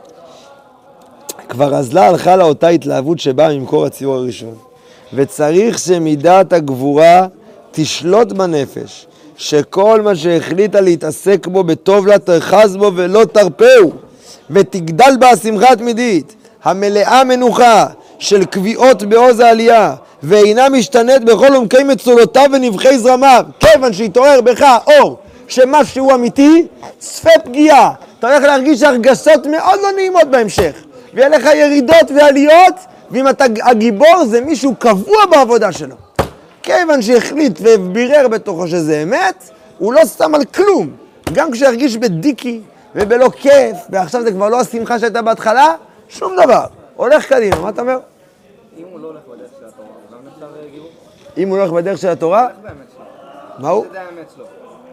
כבר הזלה הלכה לאותה התלהבות שבאה ממקור הציור הראשון, וצריך שמידת הגבורה תשלוט בנפש, שכל מה שהחליטה להתעסק בו בטוב לה תרחז בו ולא תרפאו, ותגדל בה השמחה התמידית, המלאה מנוחה של קביעות בעוז העלייה, ואינה משתנית בכל עומקי מצולותיו ונבחי זרמיו, כיוון שהתעורר בך אור שמשהו אמיתי, צפה פגיעה, אתה הולך להרגיש הרגשות מאוד לא נעימות בהמשך, ויהיה לך ירידות ועליות, ואם אתה הגיבור זה מישהו קבוע בעבודה שלו. כיוון שהחליט ובירר בתוכו שזה אמת, הוא לא שם על כלום. גם כשהרגיש בדיקי ובלא כיף, ועכשיו זה כבר לא השמחה שהייתה בהתחלה, שום דבר. הולך קדימה, מה אתה אומר? אם הוא לא הולך בדרך של התורה, הוא גם נחשב גיבור? אם הוא לא הולך בדרך של התורה? הוא הולך באמת שלו. מה הוא? זה האמת שלו.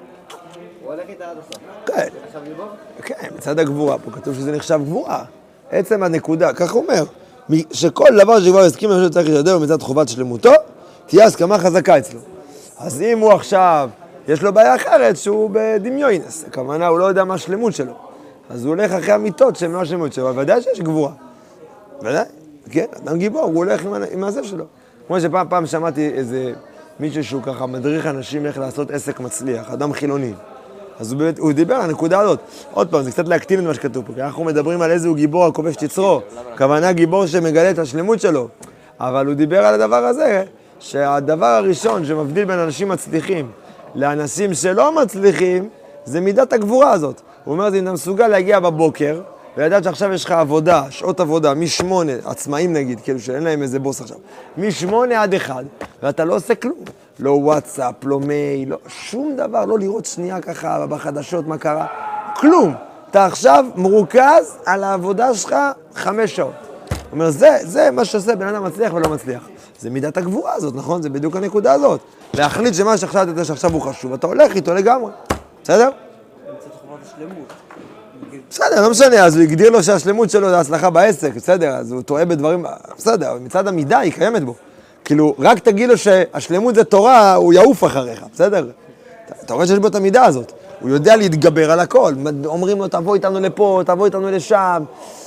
הוא הולך איתה עד הסוף. כן. זה נחשב גיבור? כן, מצד הגבורה, פה כתוב שזה נחשב גבורה. עצם הנקודה, כך הוא אומר, שכל דבר שכבר הסכים למשהו צריך לשדר מצד חובת שלמותו, תהיה הסכמה חזקה אצלו. אז אם הוא עכשיו, יש לו בעיה אחרת שהוא בדמיונס, הכוונה הוא לא יודע מה השלמות שלו, אז הוא הולך אחרי המיטות שמה השלמות שלו, אבל ודאי שיש גבורה. ודאי, כן, אדם גיבור, הוא הולך עם הזה שלו. כמו שפעם שמעתי איזה מישהו שהוא ככה מדריך אנשים איך לעשות עסק מצליח, אדם חילוני. אז הוא דיבר על הנקודה הזאת. עוד פעם, זה קצת להקטין את מה שכתוב פה, כי אנחנו מדברים על איזה הוא גיבור הכובש תצרו, כוונה גיבור שמגלה את השלמות שלו. אבל הוא דיבר על הדבר הזה, שהדבר הראשון שמבדיל בין אנשים מצליחים לאנשים שלא מצליחים, זה מידת הגבורה הזאת. הוא אומר, זה אם אתה מסוגל להגיע בבוקר, ולדעת שעכשיו יש לך עבודה, שעות עבודה, מ-8, עצמאים נגיד, כאילו שאין להם איזה בוס עכשיו, מ-8 עד 1, ואתה לא עושה כלום. לא וואטסאפ, לא מייל, לא, שום דבר, לא לראות שנייה ככה בחדשות מה קרה, כלום. אתה עכשיו מרוכז על העבודה שלך 5 שעות. הוא אומר, זה מה שעושה בן אדם מצליח ולא מצליח. זה מידת הגבורה הזאת, נכון? זה בדיוק הנקודה הזאת. להחליט שמה שעכשיו הוא חשוב, אתה הולך איתו לגמרי. בסדר? מצד חובת השלמות. בסדר, לא משנה, אז הוא הגדיר לו שהשלמות שלו זה הצלחה בעסק, בסדר, אז הוא טועה בדברים, בסדר, אבל מצד המידה היא קיימת בו. כאילו, רק תגיד לו שהשלמות זה תורה, הוא יעוף אחריך, בסדר? אתה רואה שיש בו את המידה הזאת. הוא יודע להתגבר על הכל. אומרים לו, תבוא איתנו לפה, תבוא איתנו לשם.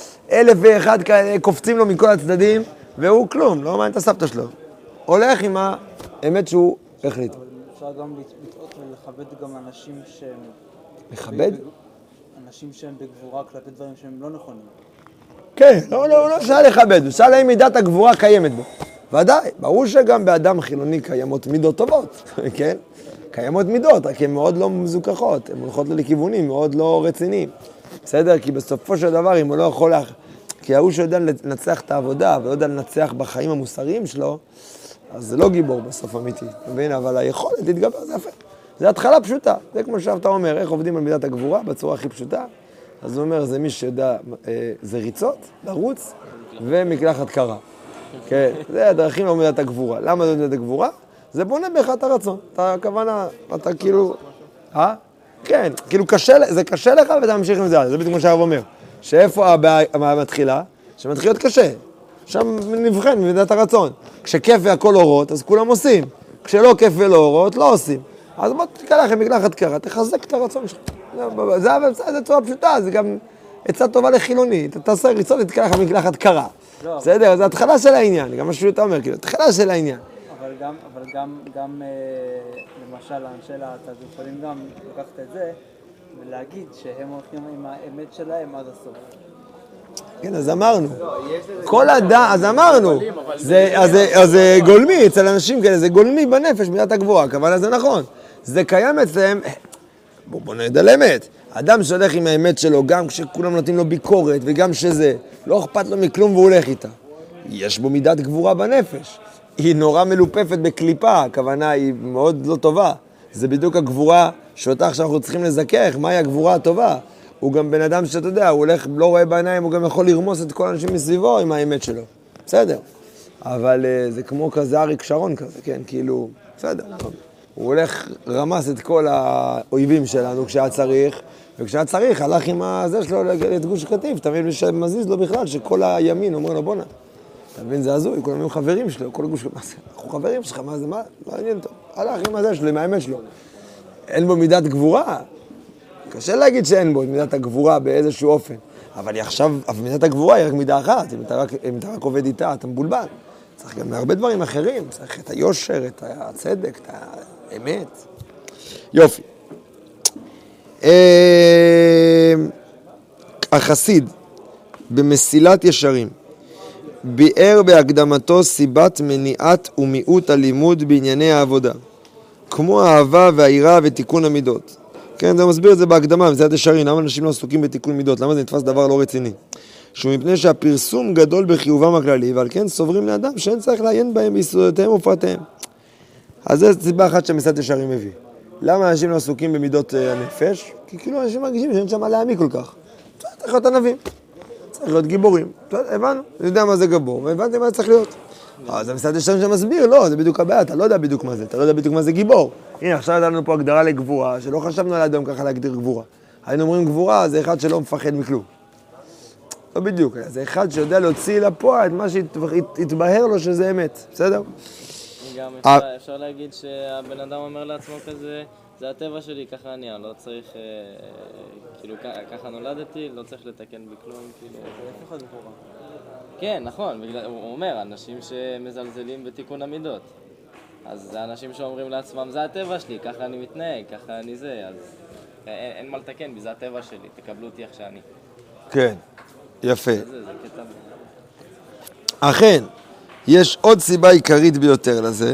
1001 כאלה קופצים לו מכל הצדדים, והוא כלום, לא מעניין את הסבתא שלו. הולך עם האמת שהוא החליט. אבל אפשר גם לטעות ולכבד גם אנשים שהם... לכבד? אנשים שהם בגבורה כלפי דברים שהם לא נכונים. כן, לא שאל לכבד, הוא שאל האם מידת הגבורה קיימת בו. ודאי, ברור שגם באדם חילוני קיימות מידות טובות, כן? קיימות מידות, רק הן מאוד לא מזוכחות, הן הולכות לו לכיוונים מאוד לא רציניים. בסדר? כי בסופו של דבר, אם הוא לא יכול... כי ההוא שיודע לנצח את העבודה, ולא יודע לנצח בחיים המוסריים שלו, אז זה לא גיבור בסוף אמיתי, מבין? אבל היכולת להתגבר זה יפה. זה התחלה פשוטה, זה כמו שאתה אומר, איך עובדים על מידת הגבורה בצורה הכי פשוטה. אז הוא אומר, זה מי שיודע, זה ריצות, לרוץ, ומקלחת קרה. כן, זה הדרכים למידת הגבורה. למה זה מידת הגבורה? זה בונה בך את הרצון. אתה הכוונה, אתה כאילו... כן, כאילו זה קשה לך ואתה ממשיך עם זה. זה בדיוק כמו שהרב אומר. שאיפה הבעיה מתחילה? שמתחילות קשה. שם נבחן במידת הרצון. כשכיף והכל אורות, אז כולם עושים. כשלא כיף ולא אורות, לא עושים. אז בוא תקלח עם מקלחת קרה, תחזק את הרצון שלך. זה צורה פשוטה, זה גם עצה טובה לחילוני. אתה תעשה ריצות, תקלח עם מקלחת קרה. בסדר, זה התחלה של העניין, גם מה שאתה אומר, כאילו, התחלה של העניין. אבל גם למשל, אנשי להט"ב יכולים גם לקחת את זה ולהגיד שהם הולכים עם האמת שלהם עד הסוף. כן, אז אמרנו. כל אדם, אז אמרנו. אז זה גולמי, אצל אנשים כאלה, זה גולמי בנפש, מידת הגבוהה, הכוונה זה נכון. זה קיים אצלם, בוא נדע על אמת. אדם שהולך עם האמת שלו, גם כשכולם נותנים לו ביקורת, וגם שזה, לא אכפת לו מכלום והוא הולך איתה. יש בו מידת גבורה בנפש. היא נורא מלופפת בקליפה, הכוונה היא מאוד לא טובה. זה בדיוק הגבורה שאותה עכשיו אנחנו צריכים לזכך, מהי הגבורה הטובה. הוא גם בן אדם שאתה יודע, הוא הולך, לא רואה בעיניים, הוא גם יכול לרמוס את כל האנשים מסביבו עם האמת שלו. בסדר. אבל זה כמו כזה אריק שרון כזה, כן, כאילו, בסדר. הוא הולך, רמס את כל האויבים שלנו כשהיה צריך, וכשהיה צריך הלך עם הזה שלו את גוש קטיף, אתה מבין שמזיז לו בכלל, שכל הימין אומר לו בונה. אתה מבין, זה הזוי, כולם הם חברים שלו, כל גוש קטיף, אנחנו חברים שלך, מה זה, מה? לא עניין טוב. הלך עם הזה שלו, עם האמת שלו. אין בו מידת גבורה. קשה להגיד שאין בו מידת הגבורה באיזשהו אופן. אבל עכשיו, מידת הגבורה היא רק מידה אחת. אם אתה רק עובד איתה, אתה מבולבל. צריך גם הרבה דברים אחרים. צריך את היושר, את הצדק, את האמת. יופי. החסיד, במסילת ישרים, ביאר בהקדמתו סיבת מניעת ומיעוט הלימוד בענייני העבודה. כמו האהבה והעירה ותיקון המידות. כן, זה מסביר את זה בהקדמה, מסילת ישרים, למה אנשים לא עסוקים בתיקון מידות, למה זה נתפס דבר לא רציני. שהוא מפני שהפרסום גדול בחיובם הכללי, ועל כן סוברים לאדם שאין צריך לעיין בהם ביסודותיהם ופרטיהם. אז זו סיבה אחת שמסילת ישרים מביא. למה אנשים לא עסוקים במידות הנפש? כי כאילו אנשים מרגישים שאין שם מה להעמיק כל כך. צריך להיות ענבים, צריך להיות גיבורים. הבנו, אני יודע מה זה גבור, והבנתי מה זה צריך להיות. אז המסילת ישרים שמסביר, לא, זה בדיוק הבעיה, אתה לא יודע בדיוק מה זה, אתה לא יודע בדיוק מה זה גיבור. הנה, עכשיו הייתה לנו פה הגדרה לגבורה, שלא חשבנו על האדם ככה להגדיר גבורה. היינו אומרים גבורה, זה אחד שלא מפחד מכלום. לא בדיוק, זה אחד שיודע להוציא לפועל את מה שהתבהר לו שזה אמת, בסדר? גם אפשר להגיד שהבן אדם אומר לעצמו כזה, זה הטבע שלי, ככה אני לא צריך, כאילו ככה נולדתי, לא צריך לתקן בכלום, כאילו... זה לפחות גבורה. כן, נכון, הוא אומר, אנשים שמזלזלים בתיקון המידות. אז זה אנשים שאומרים לעצמם, זה הטבע שלי, ככה אני מתנהג, ככה אני זה, אז אין מה לתקן בי, זה הטבע שלי, תקבלו אותי איך שאני. כן, יפה. זה קטע. אכן, יש עוד סיבה עיקרית ביותר לזה.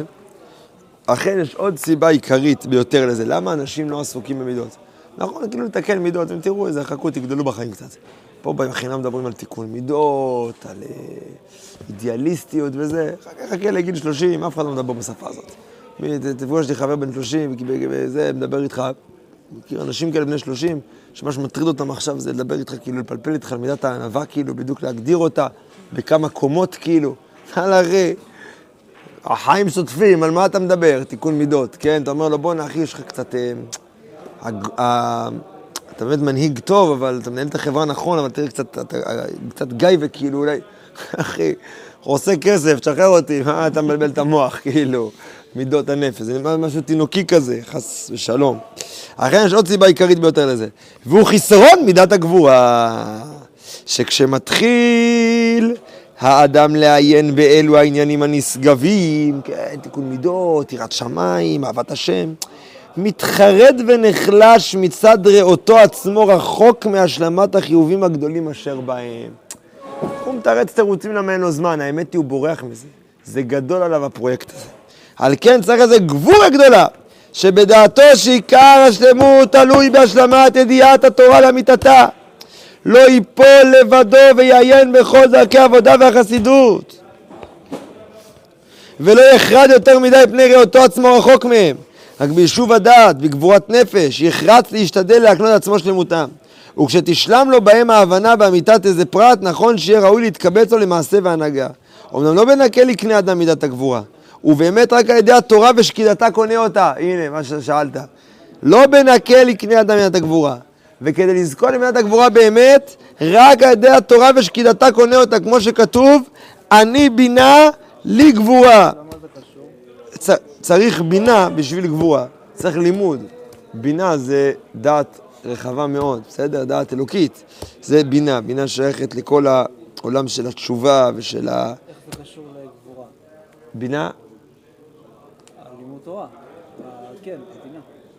למה אנשים לא עסוקים במידות? נכון, כאילו לתקן מידות, אם תראו איזה, חכו, תגדלו בחיים קצת. פה בחינם מדברים על תיקון מידות, על אידיאליסטיות וזה. חכה לגיל 30, אף אחד לא מדבר בשפה הזאת. תפגוש לי חבר בן 30, וזה מדבר איתך, מכיר אנשים כאלה בני 30, שמה שמטריד אותם עכשיו זה לדבר איתך, כאילו לפלפל איתך על מידת הענווה, כאילו בדיוק להגדיר אותה, בכמה קומות כאילו. הרי, החיים שוטפים, על מה אתה מדבר? תיקון מידות, כן? אתה אומר לו, בוא אחי, יש לך קצת... אתה באמת מנהיג טוב, אבל אתה מנהל את החברה נכון, אבל תראה קצת גיא וכאילו אולי, אחי, עושה כסף, תשחרר אותי, מה אתה מבלבל את המוח, כאילו, מידות הנפש, זה משהו תינוקי כזה, חס ושלום. לכן יש עוד סיבה עיקרית ביותר לזה, והוא חיסרון מידת הגבורה, שכשמתחיל האדם לעיין באלו העניינים הנשגבים, כן, תיקון מידות, יראת שמיים, אהבת השם, מתחרד ונחלש מצד ראותו עצמו רחוק מהשלמת החיובים הגדולים אשר בהם. הוא מתרץ תירוצים למה אין לו זמן, האמת היא הוא בורח מזה. זה גדול עליו הפרויקט הזה. על כן צריך איזה גבורה גדולה, שבדעתו שעיקר השלמות תלוי בהשלמת ידיעת התורה לאמיתתה. לא ייפול לבדו ויעיין בכל דרכי העבודה והחסידות. ולא יחרד יותר מדי פני ראותו עצמו רחוק מהם. רק ביישוב הדעת, בגבורת נפש, יחרץ להשתדל להקנות עצמו שלמותם. וכשתשלם לו בהם ההבנה באמיתת איזה פרט, נכון שיהיה ראוי להתקבץ לו למעשה והנהגה. אמנם לא בנקל יקנה אדם מידת הגבורה, ובאמת רק על ידי התורה ושקידתה קונה אותה. הנה, מה ששאלת. לא בנקל יקנה אדם מידת הגבורה. וכדי לזכות למידת הגבורה באמת, רק על ידי התורה ושקידתה קונה אותה, כמו שכתוב, אני בינה לי גבורה. צריך בינה בשביל גבורה, צריך לימוד. בינה זה דעת רחבה מאוד, בסדר? דעת אלוקית. זה בינה, בינה שייכת לכל העולם של התשובה ושל איך זה קשור לגבורה? בינה? לימוד תורה. כן, בינה.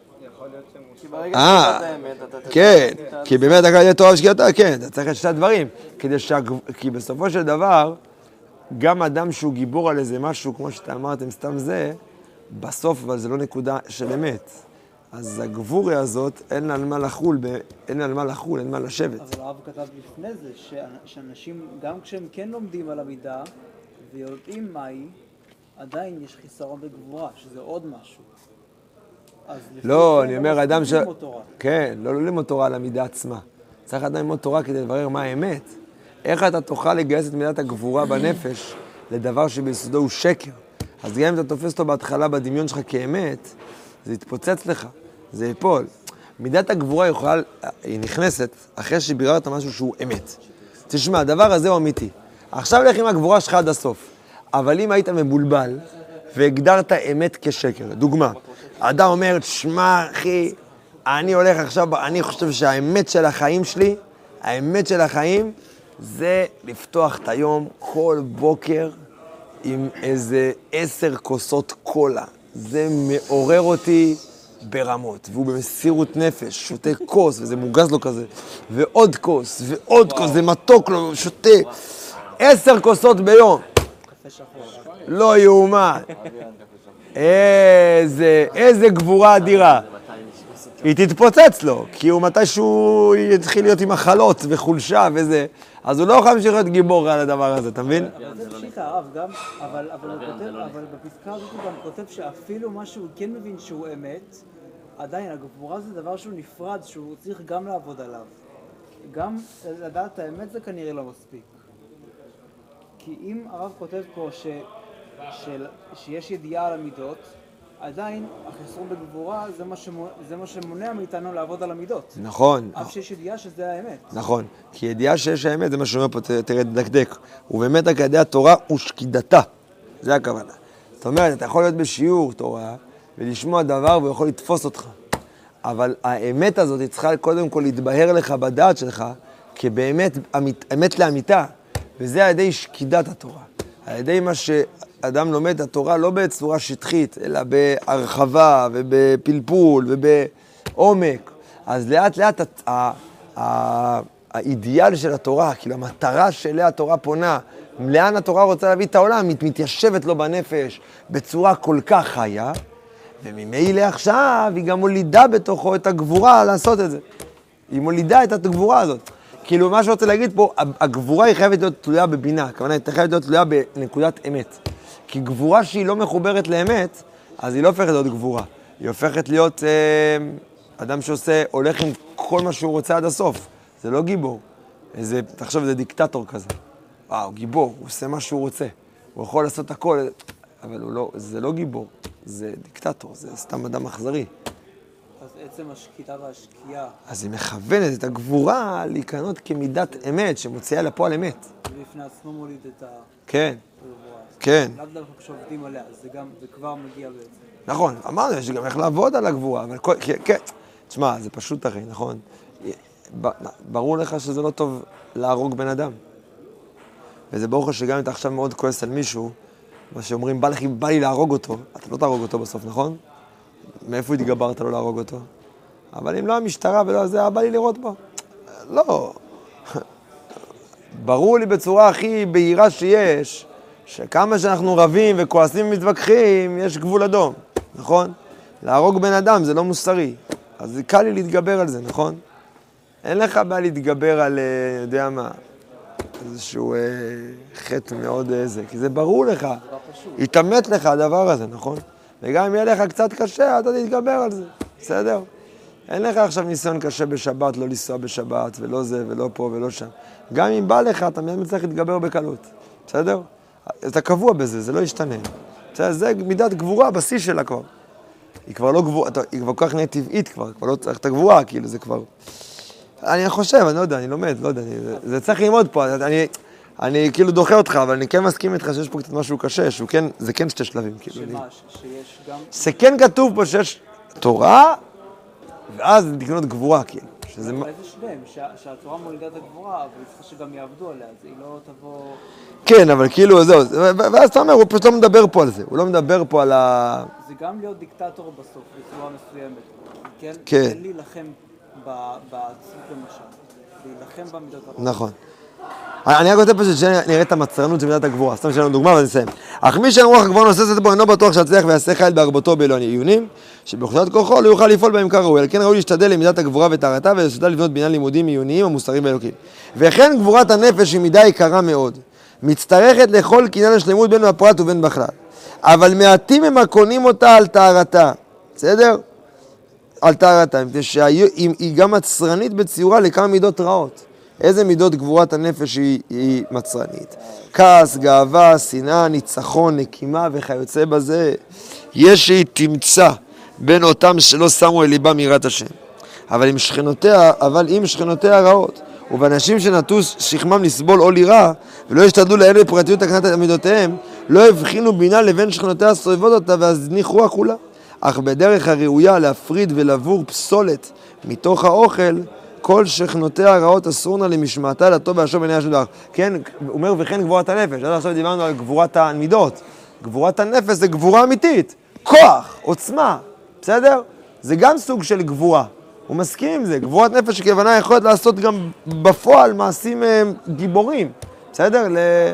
כן, כי באמת אתה יהיה תורה ושקידתה, כן, אתה צריך את שתי הדברים. כי בסופו של דבר, גם אדם שהוא גיבור על איזה משהו, כמו שאתה אמרתם, סתם זה, בסוף, אבל זה לא נקודה של אמת. אז הגבורה הזאת, אין לה על מה לחול, אין מה לשבת. אבל הרב כתב לפני זה, שאנשים, גם כשהם כן לומדים על המידה, ויודעים מהי, עדיין יש חיסרון בגבורה, שזה עוד משהו. לא, אני אומר, אדם ש... כן, לא ללמוד תורה על המידה עצמה. צריך אדם ללמוד תורה כדי לברר מה האמת. איך אתה תוכל לגייס את מידת הגבורה בנפש לדבר שביסודו הוא שקר? אז גם אם אתה תופס אותו בהתחלה בדמיון שלך כאמת, זה יתפוצץ לך, זה ייפול. מידת הגבורה היא נכנסת אחרי שביררת משהו שהוא אמת. תשמע, הדבר הזה הוא אמיתי. עכשיו לך עם הגבורה שלך עד הסוף. אבל אם היית מבולבל והגדרת אמת כשקר, דוגמה, האדם אומר, תשמע אחי, אני הולך עכשיו, אני חושב שהאמת של החיים שלי, האמת של החיים זה לפתוח את היום כל בוקר עם איזה 10 כוסות קולה. זה מעורר אותי ברמות, והוא במסירות נפש, שותה כוס, וזה מוגז לו כזה, ועוד כוס, ועוד כוס, זה מתוק לו, שותה 10 כוסות ביום. לא יאומן. איזה גבורה אדירה. היא תתפוצץ לו, כי הוא מתישהו יתחיל להיות עם מחלות וחולשה וזה, אז הוא לא יכול להמשיך להיות גיבור על הדבר הזה, אתה מבין? זה פשיט הרב גם, אבל בפסקה הזאת הוא גם כותב שאפילו מה שהוא כן מבין שהוא אמת, עדיין הגבורה זה דבר שהוא נפרד, שהוא צריך גם לעבוד עליו. גם לדעת האמת זה כנראה לא מספיק. כי אם הרב כותב פה שיש ידיעה על המידות, עדיין החסרון בגבורה זה מה שמונע מאיתנו לעבוד על המידות. נכון. אף שיש ידיעה שזה האמת. נכון, כי ידיעה שיש האמת זה מה שאומר פה, תראה דקדק. ובאמת ידי התורה ושקידתה. זה הכוונה. זאת אומרת, אתה יכול להיות בשיעור תורה ולשמוע דבר והוא יכול לתפוס אותך. אבל האמת הזאת היא צריכה קודם כל להתבהר לך בדעת שלך כבאמת אמת לאמיתה. וזה על ידי שקידת התורה. על ידי מה שאדם לומד את התורה לא בצורה שטחית, אלא בהרחבה ובפלפול ובעומק. אז לאט לאט האידיאל של התורה, כאילו המטרה שאליה התורה פונה, לאן התורה רוצה להביא את העולם, מתיישבת לו בנפש בצורה כל כך חיה, וממילא עכשיו היא גם מולידה בתוכו את הגבורה לעשות את זה. היא מולידה את הגבורה הזאת. כאילו מה שרוצה להגיד פה, הגבורה היא חייבת להיות תלויה בבינה, הכוונה היא חייבת להיות תלויה בנקודת אמת. כי גבורה שהיא לא מחוברת לאמת, אז היא לא הופכת להיות גבורה. היא הופכת להיות אדם שעושה, הולך עם כל מה שהוא רוצה עד הסוף. זה לא גיבור. תחשוב, זה דיקטטור כזה. הוא גיבור, הוא עושה מה שהוא רוצה. הוא יכול לעשות הכל, אבל זה לא גיבור. זה דיקטטור, זה סתם אדם אכזרי. אז עצם השקיטה והשקיעה. אז היא מכוונת את הגבורה להיכנות כמידת אמת, שמוציאה לפועל אמת. בפני עצמו מוליד את הגבורה. כן, כן. לאו דווקא כשעובדים עליה, זה כבר מגיע בעצם. נכון, אמרנו, יש גם איך לעבוד על הגבורה, אבל כן, תשמע, זה פשוט הרי, נכון? ברור לך שזה לא טוב להרוג בן אדם. וזה ברור לך שגם אם אתה עכשיו מאוד כועס על מישהו, מה שאומרים, בא לי להרוג אותו, אתה לא תהרוג אותו בסוף, נכון? מאיפה התגברת לא להרוג אותו? אבל אם לא המשטרה ולא זה, בא לי לראות בו. לא. ברור לי בצורה הכי בהירה שיש, שכמה שאנחנו רבים וכועסים ומתווכחים, יש גבול אדום, נכון? להרוג בן אדם זה לא מוסרי. אז זה קל לי להתגבר על זה, נכון? אין לך בעיה להתגבר על, יודע מה, איזשהו חטא מאוד איזה, כי זה ברור לך, יתאמת לך הדבר הזה, נכון? וגם אם יהיה לך קצת קשה, אתה תתגבר על זה, בסדר? אין לך עכשיו ניסיון קשה בשבת, לא לנסוע בשבת, ולא זה, ולא פה, ולא שם. גם אם בא לך, אתה מיד צריך להתגבר בקלות, בסדר? אתה קבוע בזה, זה לא ישתנה. בסדר? זה מידת גבורה בשיא שלה כבר. היא כבר לא גבורה, היא כבר כל כך נהיה טבעית כבר לא צריך את הגבורה, כאילו זה כבר... אני חושב, אני לא יודע, אני לומד, לא יודע, זה צריך ללמוד פה, אני כאילו דוחה אותך, אבל אני כן מסכים איתך שיש פה קצת משהו קשה, זה כן שתי שלבים, כאילו. שמה, שיש גם... זה כן כתוב פה שיש תורה, ואז לקנות גבורה, כאילו. איזה שניהם, שהתורה מולידה את הגבורה, אבל היא צריכה שגם יעבדו עליה, אז היא לא תבוא... כן, אבל כאילו, זהו, ואז אתה אומר, הוא פשוט לא מדבר פה על זה, הוא לא מדבר פה על ה... זה גם להיות דיקטטור בסוף, בצורה מסוימת. כן? כן. אין להילחם בעצמות למשל, להילחם במידות הרעות. נכון. אני רק רוצה פשוט שנראה את המצרנות של מידת הגבורה, סתם שלנו דוגמה ונסיים. אך מי שאין רוח הגבורה נוססת בו אינו בטוח שיצליח ויעשה חיל בהרבתו באלוהי עיונים, שבאחוזת כוחו לא יוכל לפעול בהם כראוי, על כן ראוי להשתדל למידת הגבורה וטהרתה ולשתדל לבנות בניין לימודים עיוניים ומוסריים באלוקים. וכן גבורת הנפש היא מידה יקרה מאוד, מצטרכת לכל קניין השלמות בין בפרט ובין בכלל. אבל מעטים הם הקונים אותה על טהרתה, בסדר? על טהרתה, היא גם מצרנית בציורה לכמה מידות רעות. איזה מידות גבורת הנפש היא מצרנית? כעס, גאווה, שנאה, ניצחון, נקימה וכיוצא בזה. יש שהיא תמצא בין אותם שלא שמו אל ליבם יראת השם. אבל אם שכנותיה רעות, ובאנשים שנטו שכמם לסבול או לירה, ולא ישתדלו לאלה בפרטיות תקנת עמידותיהם, לא הבחינו בינה לבין שכנותיה סובבות אותה והזניחוה כולה. אך בדרך הראויה להפריד ולבור פסולת מתוך האוכל, כל שכנותיה הרעות אסורנה למשמעתה לטוב והשוב בעיני השם דבר. כן, הוא אומר וכן גבורת הנפש. עד עכשיו דיברנו על גבורת המידות. גבורת הנפש זה גבורה אמיתית. כוח, עוצמה, בסדר? זה גם סוג של גבורה. הוא מסכים עם זה. גבורת נפש כוונה יכולת לעשות גם בפועל מעשים גיבורים. בסדר?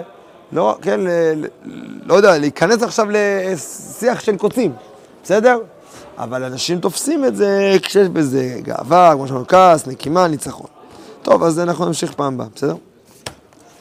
לא יודע, להיכנס עכשיו לשיח של קוצים. בסדר? אבל אנשים תופסים את זה כשיש בזה גאווה, כמו שאמרנו, כעס, נקימה, ניצחון. טוב, אז אנחנו נמשיך פעם הבאה, בסדר?